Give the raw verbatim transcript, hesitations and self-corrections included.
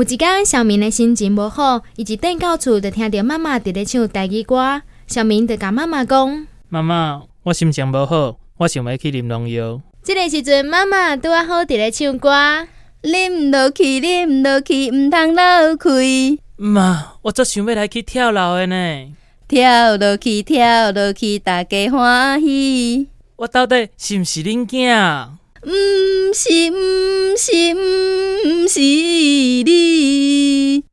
一天，小明的心情无好，伊一回到厝就听到妈妈伫咧唱台语歌。小明就甲妈妈讲： 妈妈，我心情无好，我想要去啉农药。 这个时阵，妈妈拄啊好伫咧唱歌， 啉落去，啉落去，唔通流开。 妈，我足想要来去跳楼的呢。 跳落去，跳落去，大家欢喜。 我到底是毋是恁囝？ 毋是，毋是，毋是你。